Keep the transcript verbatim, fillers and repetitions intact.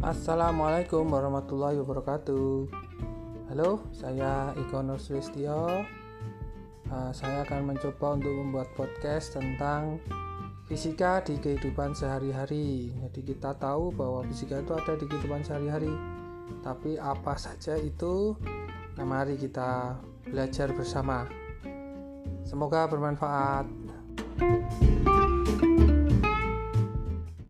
Assalamualaikum warahmatullahi wabarakatuh. Halo, saya Iko Nur Sulistyo. Uh, saya akan mencoba untuk membuat podcast tentang fisika di kehidupan sehari-hari. Jadi kita tahu bahwa fisika itu ada di kehidupan sehari-hari. Tapi apa saja itu? Nah, mari kita belajar bersama. Semoga bermanfaat.